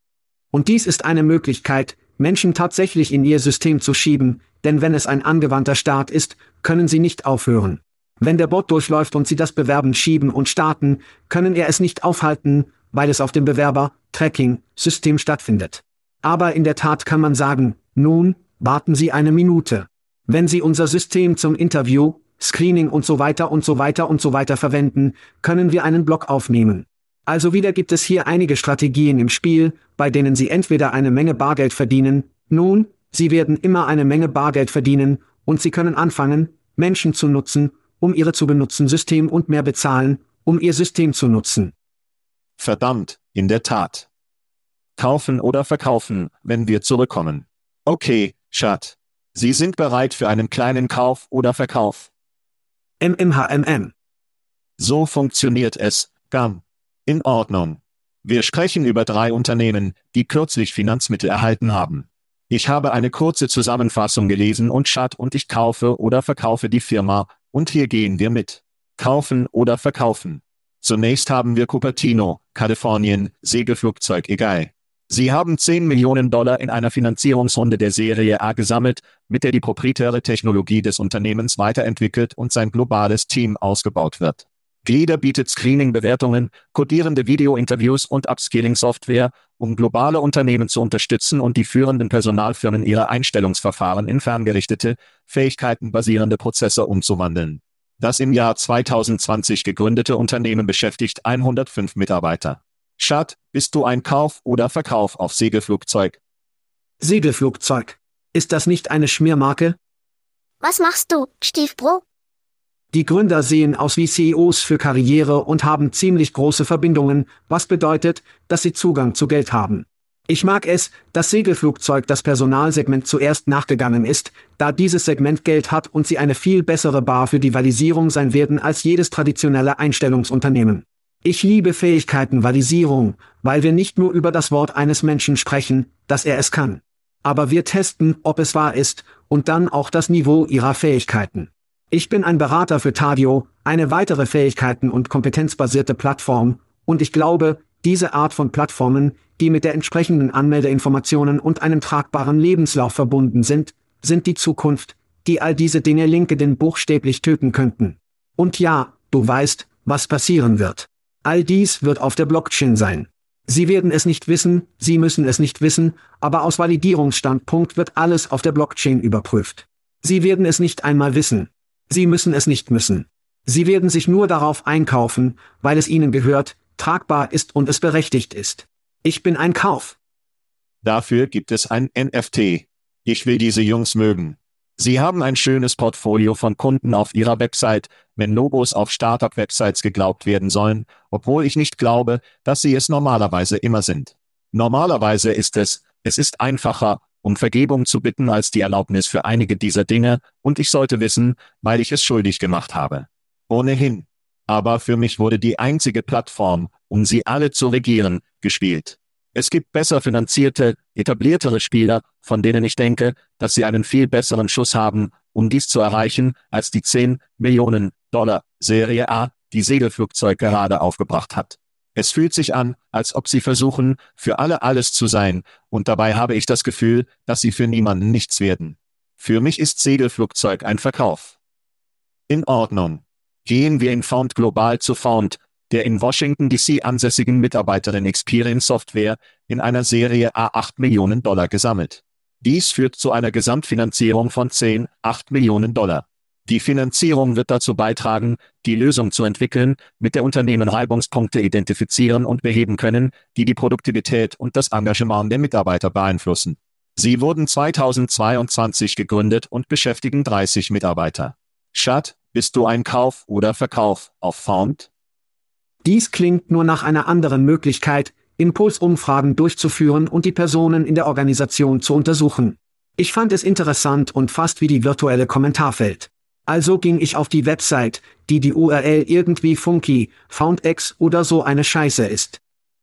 [SPEAKER 1] Und dies ist eine Möglichkeit, Menschen tatsächlich in ihr System zu schieben, denn wenn es ein angewandter Start ist, können sie nicht aufhören. Wenn der Bot durchläuft und sie das Bewerben schieben und starten, können er es nicht aufhalten, weil es auf dem Bewerber-Tracking-System stattfindet. Aber in der Tat kann man sagen, nun, warten Sie eine Minute. Wenn Sie unser System zum Interview, Screening und so weiter und so weiter und so weiter verwenden, können wir einen Block aufnehmen. Also wieder gibt es hier einige Strategien im Spiel, bei denen Sie entweder eine Menge Bargeld verdienen, nun, Sie werden immer eine Menge Bargeld verdienen, und Sie können anfangen, Menschen zu nutzen, um ihre zu benutzen System und mehr bezahlen, um ihr System zu nutzen.
[SPEAKER 2] Verdammt, in der Tat. Kaufen oder verkaufen, wenn wir zurückkommen. Okay, Chad. Sie sind bereit für einen kleinen Kauf oder Verkauf.
[SPEAKER 1] M M H M M.
[SPEAKER 2] So funktioniert es, Gam. In Ordnung. Wir sprechen über drei Unternehmen, die kürzlich Finanzmittel erhalten haben. Ich habe eine kurze Zusammenfassung gelesen und Chad und ich kaufe oder verkaufe die Firma, und hier gehen wir mit. Kaufen oder verkaufen. Zunächst haben wir Cupertino, Kalifornien, Segelflugzeug egal. Sie haben zehn Millionen Dollar in einer Finanzierungsrunde der Serie A gesammelt, mit der die proprietäre Technologie des Unternehmens weiterentwickelt und sein globales Team ausgebaut wird. Glieder bietet Screening-Bewertungen, kodierende Video-Interviews und Upskilling-Software, um globale Unternehmen zu unterstützen und die führenden Personalfirmen ihre Einstellungsverfahren in ferngerichtete, fähigkeitenbasierende Prozesse umzuwandeln. Das im Jahr zweitausendzwanzig gegründete Unternehmen beschäftigt hundertfünf Mitarbeiter. Chad, bist du ein Kauf oder Verkauf auf Segelflugzeug?
[SPEAKER 1] Segelflugzeug. Ist das nicht eine Schmiermarke?
[SPEAKER 4] Was machst du, Stiefbro?
[SPEAKER 1] Die Gründer sehen aus wie C E Os für Karriere und haben ziemlich große Verbindungen, was bedeutet, dass sie Zugang zu Geld haben. Ich mag es, dass Segelflugzeug das Personalsegment zuerst nachgegangen ist, da dieses Segment Geld hat und sie eine viel bessere Bar für die Validierung sein werden als jedes traditionelle Einstellungsunternehmen. Ich liebe Fähigkeitenvalidierung, weil wir nicht nur über das Wort eines Menschen sprechen, dass er es kann. Aber wir testen, ob es wahr ist, und dann auch das Niveau ihrer Fähigkeiten. Ich bin ein Berater für Tadio, eine weitere Fähigkeiten- und kompetenzbasierte Plattform, und ich glaube, diese Art von Plattformen, die mit der entsprechenden Anmeldeinformationen und einem tragbaren Lebenslauf verbunden sind, sind die Zukunft, die all diese Dinge LinkedIn buchstäblich töten könnten. Und ja, du weißt, was passieren wird. All dies wird auf der Blockchain sein. Sie werden es nicht wissen, Sie müssen es nicht wissen, aber aus Validierungsstandpunkt wird alles auf der Blockchain überprüft. Sie werden es nicht einmal wissen. Sie müssen es nicht müssen. Sie werden sich nur darauf einkaufen, weil es ihnen gehört, tragbar ist und es berechtigt ist. Ich bin ein Kauf.
[SPEAKER 2] Dafür gibt es ein N F T. Ich will diese Jungs mögen. Sie haben ein schönes Portfolio von Kunden auf ihrer Website, wenn Logos auf Startup-Websites geglaubt werden sollen, obwohl ich nicht glaube, dass sie es normalerweise immer sind. Normalerweise ist es, es ist einfacher, um Vergebung zu bitten als die Erlaubnis für einige dieser Dinge, und ich sollte wissen, weil ich es schuldig gemacht habe. Ohnehin. Aber für mich wurde die einzige Plattform, um sie alle zu regieren, gespielt. Es gibt besser finanzierte, etabliertere Spieler, von denen ich denke, dass sie einen viel besseren Schuss haben, um dies zu erreichen, als die zehn Millionen Dollar Serie A, die Segelflugzeug gerade aufgebracht hat. Es fühlt sich an, als ob sie versuchen, für alle alles zu sein, und dabei habe ich das Gefühl, dass sie für niemanden nichts werden. Für mich ist Segelflugzeug ein Verkauf. In Ordnung. Gehen wir in Found Global zu Found, der in Washington D C ansässigen Mitarbeiterin Experience Software, in einer Serie A acht Millionen Dollar gesammelt. Dies führt zu einer Gesamtfinanzierung von zehn Komma acht Millionen Dollar. Die Finanzierung wird dazu beitragen, die Lösung zu entwickeln, mit der Unternehmen Reibungspunkte identifizieren und beheben können, die die Produktivität und das Engagement der Mitarbeiter beeinflussen. Sie wurden zweitausendzweiundzwanzig gegründet und beschäftigen dreißig Mitarbeiter. Chad, bist du ein Kauf oder Verkauf auf Found?
[SPEAKER 1] Dies klingt nur nach einer anderen Möglichkeit, Impulsumfragen durchzuführen und die Personen in der Organisation zu untersuchen. Ich fand es interessant und fast wie die virtuelle Kommentarfeld. Also ging ich auf die Website, die die U R L irgendwie funky, FoundX oder so eine Scheiße ist.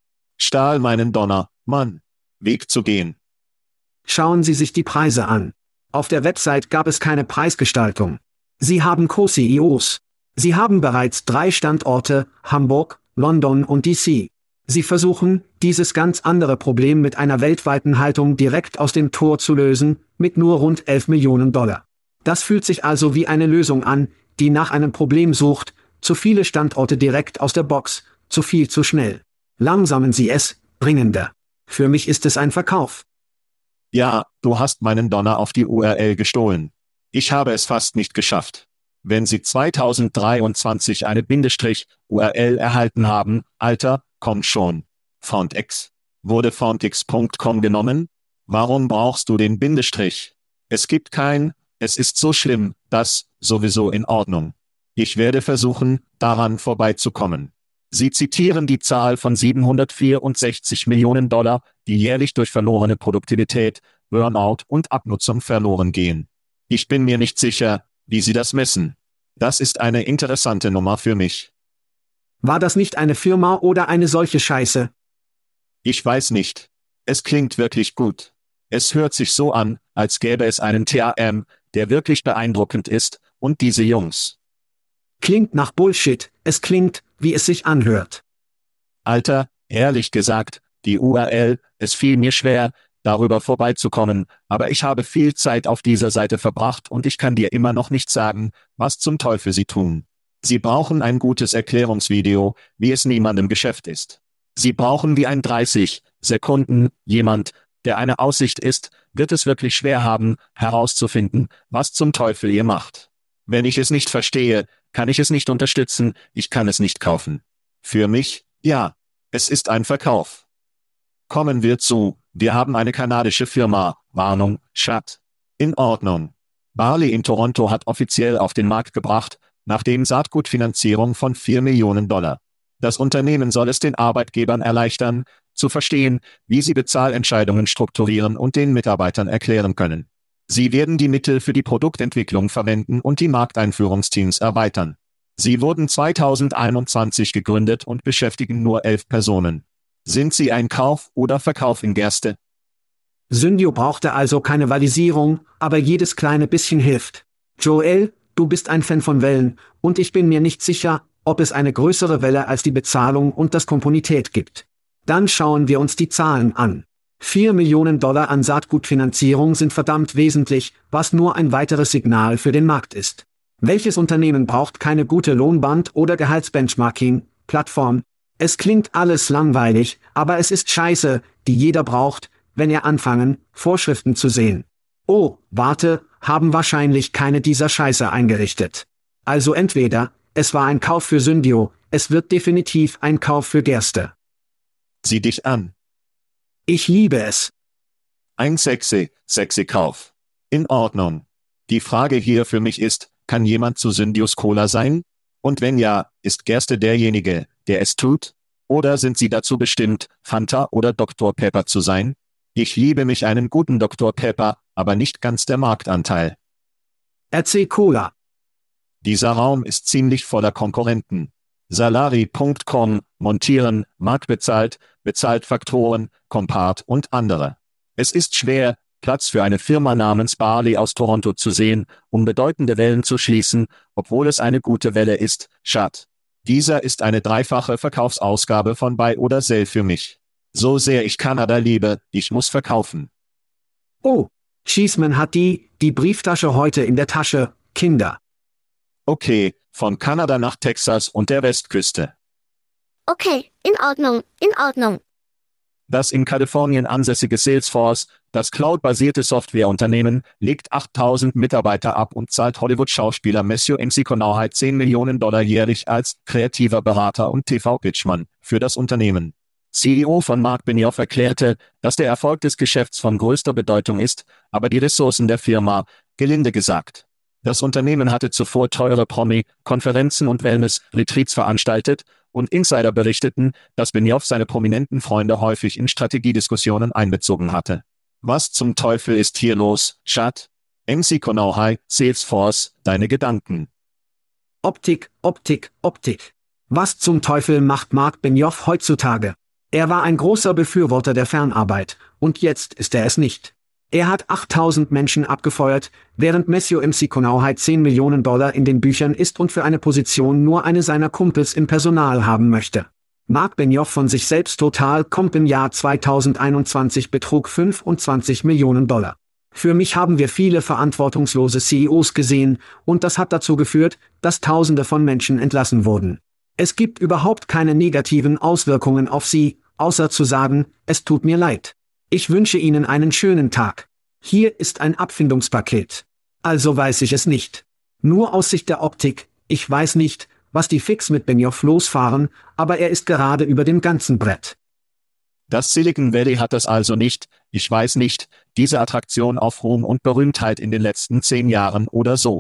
[SPEAKER 2] Stahl meinen Donner, Mann. Weg zu gehen.
[SPEAKER 1] Schauen Sie sich die Preise an. Auf der Website gab es keine Preisgestaltung. Sie haben Co-C E Os. Sie haben bereits drei Standorte, Hamburg, London und D C. Sie versuchen, dieses ganz andere Problem mit einer weltweiten Haltung direkt aus dem Tor zu lösen, mit nur rund elf Millionen Dollar. Das fühlt sich also wie eine Lösung an, die nach einem Problem sucht, zu viele Standorte direkt aus der Box, zu viel zu schnell. Langsamen Sie es, dringender. Für mich ist es ein Verkauf.
[SPEAKER 2] Ja, du hast meinen Donner auf die U R L gestohlen. Ich habe es fast nicht geschafft. Wenn Sie zweitausenddreiundzwanzig eine Bindestrich-U R L erhalten haben, Alter, komm schon. FoundX. Wurde foundx Punkt com genommen? Warum brauchst du den Bindestrich? Es gibt kein, es ist so schlimm, das, sowieso in Ordnung. Ich werde versuchen, daran vorbeizukommen. Sie zitieren die Zahl von siebenhundertvierundsechzig Millionen Dollar, die jährlich durch verlorene Produktivität, Burnout und Abnutzung verloren gehen. Ich bin mir nicht sicher, wie Sie das messen. Das ist eine interessante Nummer für mich.
[SPEAKER 1] War das nicht eine Firma oder eine solche Scheiße?
[SPEAKER 2] Ich weiß nicht. Es klingt wirklich gut. Es hört sich so an, als gäbe es einen T A M, der wirklich beeindruckend ist, und diese Jungs.
[SPEAKER 1] Klingt nach Bullshit, es klingt, wie es sich anhört.
[SPEAKER 2] Alter, ehrlich gesagt, die U R L, es fiel mir schwer, darüber vorbeizukommen, aber ich habe viel Zeit auf dieser Seite verbracht und ich kann dir immer noch nicht sagen, was zum Teufel sie tun. Sie brauchen ein gutes Erklärungsvideo, wie es niemandem Geschäft ist. Sie brauchen wie ein dreißig Sekunden, jemand, der eine Aussicht ist, wird es wirklich schwer haben, herauszufinden, was zum Teufel ihr macht. Wenn ich es nicht verstehe, kann ich es nicht unterstützen, ich kann es nicht kaufen. Für mich, ja, es ist ein Verkauf. Kommen wir zu, wir haben eine kanadische Firma, Warnung, Chat. In Ordnung. Barley in Toronto hat offiziell auf den Markt gebracht, nachdem Saatgutfinanzierung von vier Millionen Dollar. Das Unternehmen soll es den Arbeitgebern erleichtern, zu verstehen, wie sie Bezahlentscheidungen strukturieren und den Mitarbeitern erklären können. Sie werden die Mittel für die Produktentwicklung verwenden und die Markteinführungsteams erweitern. Sie wurden zweitausendeinundzwanzig gegründet und beschäftigen nur elf Personen. Sind Sie ein Kauf oder Verkauf in Gerste?
[SPEAKER 1] Syndio brauchte also keine Valisierung, aber jedes kleine bisschen hilft. Joel, du bist ein Fan von Wellen, und ich bin mir nicht sicher, ob es eine größere Welle als die Bezahlung und das Komponität gibt. Dann schauen wir uns die Zahlen an. Vier Millionen Dollar an Saatgutfinanzierung sind verdammt wesentlich, was nur ein weiteres Signal für den Markt ist. Welches Unternehmen braucht keine gute Lohnband- oder Gehaltsbenchmarking-Plattform? Es klingt alles langweilig, aber es ist Scheiße, die jeder braucht, wenn er anfangen, Vorschriften zu sehen. Oh, warte, haben wahrscheinlich keine dieser Scheiße eingerichtet. Also entweder, es war ein Kauf für Syndio, es wird definitiv ein Kauf für Gerste.
[SPEAKER 2] Sieh dich an.
[SPEAKER 1] Ich liebe es.
[SPEAKER 2] Ein sexy, sexy Kauf. In Ordnung. Die Frage hier für mich ist, kann jemand zu Syndios Cola sein? Und wenn ja, ist Gerste derjenige, der es tut? Oder sind sie dazu bestimmt, Fanta oder Doktor Pepper zu sein? Ich liebe mich einen guten Doktor Pepper, aber nicht ganz der Marktanteil.
[SPEAKER 1] Erzähl Cola.
[SPEAKER 2] Dieser Raum ist ziemlich voller Konkurrenten. Salari Punkt com, Montieren, Markt bezahlt, bezahlt Faktoren, Compart und andere. Es ist schwer, Platz für eine Firma namens Barley aus Toronto zu sehen, um bedeutende Wellen zu schließen, obwohl es eine gute Welle ist, Chat. Dieser ist eine dreifache Verkaufsausgabe von Buy oder Sell für mich. So sehr ich Kanada liebe, ich muss verkaufen.
[SPEAKER 1] Oh, Cheeseman hat die, die Brieftasche heute in der Tasche, Kinder.
[SPEAKER 2] Okay, von Kanada nach Texas und der Westküste.
[SPEAKER 4] Okay, in Ordnung, in Ordnung.
[SPEAKER 2] Das in Kalifornien ansässige Salesforce, das cloud-basierte Softwareunternehmen, legt achttausend Mitarbeiter ab und zahlt Hollywood-Schauspieler Matthew McConaughey zehn Millionen Dollar jährlich als kreativer Berater und T V-Pitchmann für das Unternehmen. C E O von Mark Benioff erklärte, dass der Erfolg des Geschäfts von größter Bedeutung ist, aber die Ressourcen der Firma, gelinde gesagt. Das Unternehmen hatte zuvor teure Promi-Konferenzen und Wellness-Retreats veranstaltet, und Insider berichteten, dass Benioff seine prominenten Freunde häufig in Strategiediskussionen einbezogen hatte. Was zum Teufel ist hier los, Chat? McConaughey, Salesforce, deine Gedanken.
[SPEAKER 1] Optik, Optik, Optik. Was zum Teufel macht Mark Benioff heutzutage? Er war ein großer Befürworter der Fernarbeit, und jetzt ist er es nicht. Er hat achttausend Menschen abgefeuert, während Matthew McConaughey zehn Millionen Dollar in den Büchern ist und für eine Position nur eine seiner Kumpels im Personal haben möchte. Mark Benioff von sich selbst Total Comp im Jahr zweitausendeinundzwanzig betrug fünfundzwanzig Millionen Dollar. Für mich haben wir viele verantwortungslose C E Os gesehen, und das hat dazu geführt, dass Tausende von Menschen entlassen wurden. Es gibt überhaupt keine negativen Auswirkungen auf sie, außer zu sagen, es tut mir leid. Ich wünsche Ihnen einen schönen Tag. Hier ist ein Abfindungspaket. Also weiß ich es nicht. Nur aus Sicht der Optik, ich weiß nicht, was die Fix mit Benioff losfahren, aber er ist gerade über dem ganzen Brett.
[SPEAKER 2] Das Silicon Valley hat das also nicht, ich weiß nicht, diese Attraktion auf Ruhm und Berühmtheit in den letzten zehn Jahren oder so.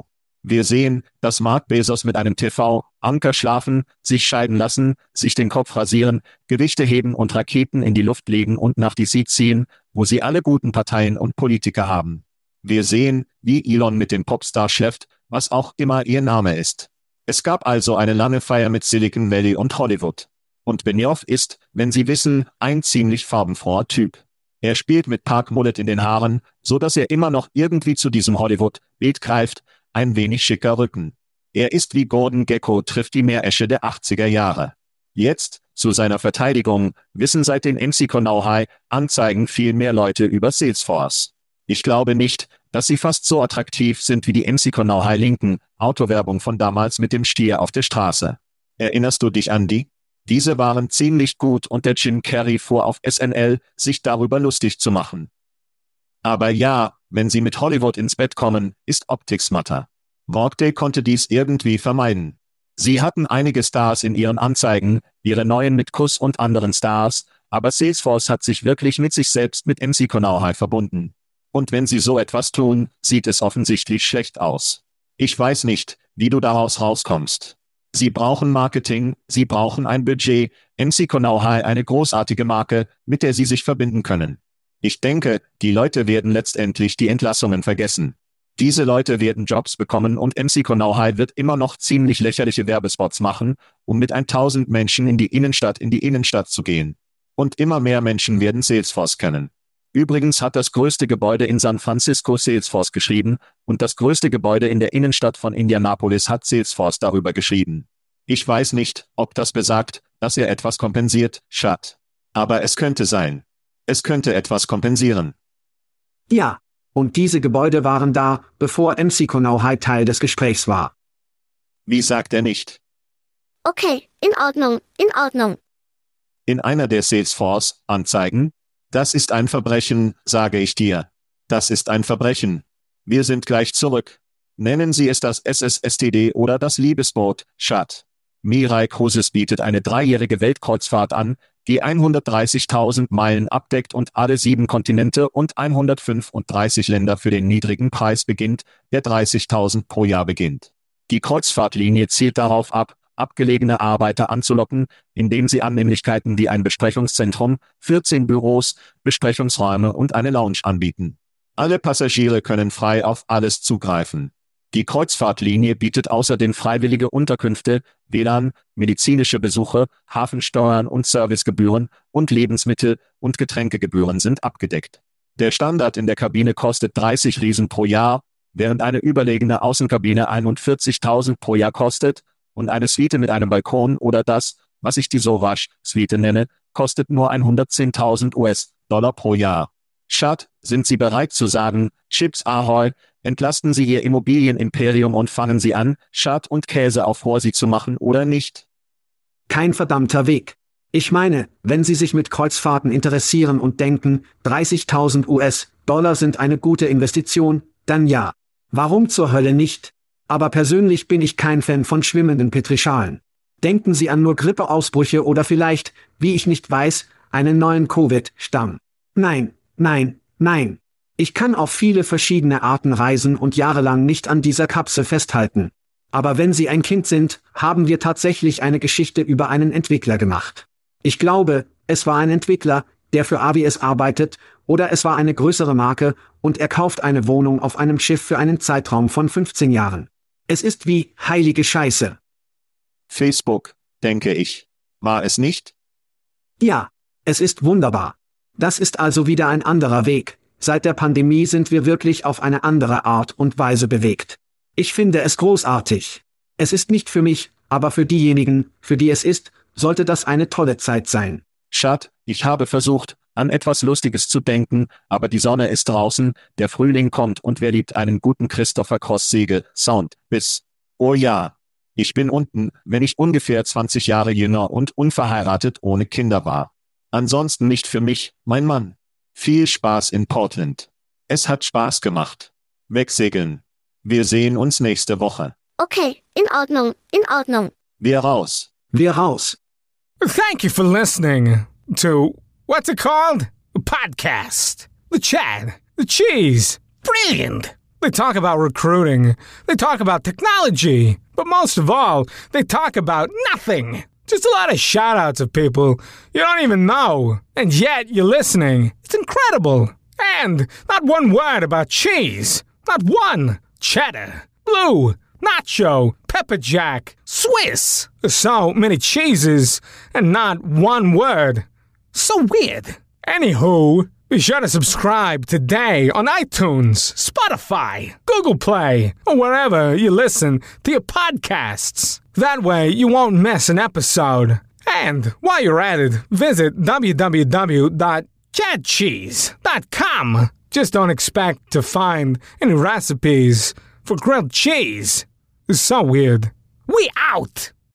[SPEAKER 2] Wir sehen, dass Mark Bezos mit einem T V-Anker schlafen, sich scheiden lassen, sich den Kopf rasieren, Gewichte heben und Raketen in die Luft legen und nach D C ziehen, wo sie alle guten Parteien und Politiker haben. Wir sehen, wie Elon mit dem Popstar schläft, was auch immer ihr Name ist. Es gab also eine lange Feier mit Silicon Valley und Hollywood. Und Benioff ist, wenn Sie wissen, ein ziemlich farbenfroher Typ. Er spielt mit Park Mullet in den Haaren, so dass er immer noch irgendwie zu diesem Hollywood-Bild greift, ein wenig schicker Rücken. Er ist wie Gordon Gekko trifft die Meeresche der achtziger Jahre. Jetzt, zu seiner Verteidigung, wissen seit den M C Konohai-Anzeigen viel mehr Leute über Salesforce. Ich glaube nicht, dass sie fast so attraktiv sind wie die M C Konohai-Linken, Autowerbung von damals mit dem Stier auf der Straße. Erinnerst du dich an die? Diese waren ziemlich gut und der Jim Carrey fuhr auf S N L, sich darüber lustig zu machen. Aber ja, wenn sie mit Hollywood ins Bett kommen, ist Optik smarter. Workday konnte dies irgendwie vermeiden. Sie hatten einige Stars in ihren Anzeigen, ihre neuen mit Kuss und anderen Stars, aber Salesforce hat sich wirklich mit sich selbst mit M C Konohai verbunden. Und wenn sie so etwas tun, sieht es offensichtlich schlecht aus. Ich weiß nicht, wie du daraus rauskommst. Sie brauchen Marketing, sie brauchen ein Budget, M C Konohai eine großartige Marke, mit der sie sich verbinden können. Ich denke, die Leute werden letztendlich die Entlassungen vergessen. Diese Leute werden Jobs bekommen und M C Konohai wird immer noch ziemlich lächerliche Werbespots machen, um mit tausend Menschen in die Innenstadt in die Innenstadt zu gehen. Und immer mehr Menschen werden Salesforce kennen. Übrigens hat das größte Gebäude in San Francisco Salesforce geschrieben, und das größte Gebäude in der Innenstadt von Indianapolis hat Salesforce darüber geschrieben. Ich weiß nicht, ob das besagt, dass er etwas kompensiert, Schat. Aber es könnte sein. Es könnte etwas kompensieren.
[SPEAKER 1] Ja. Und diese Gebäude waren da, bevor M C Konohai Teil des Gesprächs war.
[SPEAKER 2] Wie sagt er nicht?
[SPEAKER 4] Okay, in Ordnung, in Ordnung.
[SPEAKER 2] In einer der Salesforce-Anzeigen? Das ist ein Verbrechen, sage ich dir. Das ist ein Verbrechen. Wir sind gleich zurück. Nennen Sie es das S S S T D oder das Liebesboot, Schat. Mirai Cruises bietet eine dreijährige Weltkreuzfahrt an, die hundertdreißigtausend Meilen abdeckt und alle sieben Kontinente und hundertfünfunddreißig Länder für den niedrigen Preis beginnt, der dreißigtausend pro Jahr beginnt. Die Kreuzfahrtlinie zielt darauf ab, abgelegene Arbeiter anzulocken, indem sie Annehmlichkeiten wie ein Besprechungszentrum, vierzehn Büros, Besprechungsräume und eine Lounge anbieten. Alle Passagiere können frei auf alles zugreifen. Die Kreuzfahrtlinie bietet außerdem freiwillige Unterkünfte, W L A N, medizinische Besuche, Hafensteuern und Servicegebühren und Lebensmittel- und Getränkegebühren sind abgedeckt. Der Standard in der Kabine kostet dreißig Riesen pro Jahr, während eine überlegene Außenkabine einundvierzigtausend pro Jahr kostet, und eine Suite mit einem Balkon oder das, was ich die Sauvage-Suite nenne, kostet nur hundertzehntausend US-Dollar pro Jahr. Schat, sind Sie bereit zu sagen, Chips Ahoy, entlasten Sie Ihr Immobilienimperium und fangen Sie an, Schat und Käse auf Horsi zu machen oder nicht?
[SPEAKER 1] Kein verdammter Weg. Ich meine, wenn Sie sich mit Kreuzfahrten interessieren und denken, dreißigtausend US-Dollar sind eine gute Investition, dann ja. Warum zur Hölle nicht? Aber persönlich bin ich kein Fan von schwimmenden Petrischalen. Denken Sie an nur Grippeausbrüche oder vielleicht, wie ich nicht weiß, einen neuen Covid-Stamm. Nein, nein, nein. Ich kann auf viele verschiedene Arten reisen und jahrelang nicht an dieser Kapsel festhalten. Aber wenn Sie ein Kind sind, haben wir tatsächlich eine Geschichte über einen Entwickler gemacht. Ich glaube, es war ein Entwickler, der für A W S arbeitet, oder es war eine größere Marke, und er kauft eine Wohnung auf einem Schiff für einen Zeitraum von fünfzehn Jahren. Es ist wie heilige Scheiße.
[SPEAKER 2] Facebook, denke ich. War es nicht?
[SPEAKER 1] Ja, es ist wunderbar. Das ist also wieder ein anderer Weg. Seit der Pandemie sind wir wirklich auf eine andere Art und Weise bewegt. Ich finde es großartig. Es ist nicht für mich, aber für diejenigen, für die es ist, sollte das eine tolle Zeit sein.
[SPEAKER 2] Schat, ich habe versucht, an etwas Lustiges zu denken, aber die Sonne ist draußen, der Frühling kommt und wer liebt einen guten Christopher Cross Segel Sound bis. Oh ja. Ich bin unten, wenn ich ungefähr zwanzig Jahre jünger und unverheiratet ohne Kinder war. Ansonsten nicht für mich, mein Mann. Viel Spaß in Portland. Es hat Spaß gemacht. Wegsegeln. Wir sehen uns nächste Woche.
[SPEAKER 4] Okay, in Ordnung, in Ordnung.
[SPEAKER 2] Wir raus.
[SPEAKER 1] Wir raus.
[SPEAKER 5] Thank you for listening to, what's it called? A podcast. The Chad. The Cheese. Brilliant. They talk about recruiting. They talk about technology. But most of all, they talk about nothing. Just a lot of shout-outs of people you don't even know. And yet you're listening. It's incredible. And not one word about cheese. Not one. Cheddar, blue, nacho, pepper jack, Swiss. So many cheeses and not one word. So weird. Anywho, be sure to subscribe today on iTunes, Spotify, Google Play, or wherever you listen to your podcasts. That way you won't miss an episode. And while you're at it, visit w w w dot chad cheese dot com. Just don't expect to find any recipes for grilled cheese. It's so weird. We out!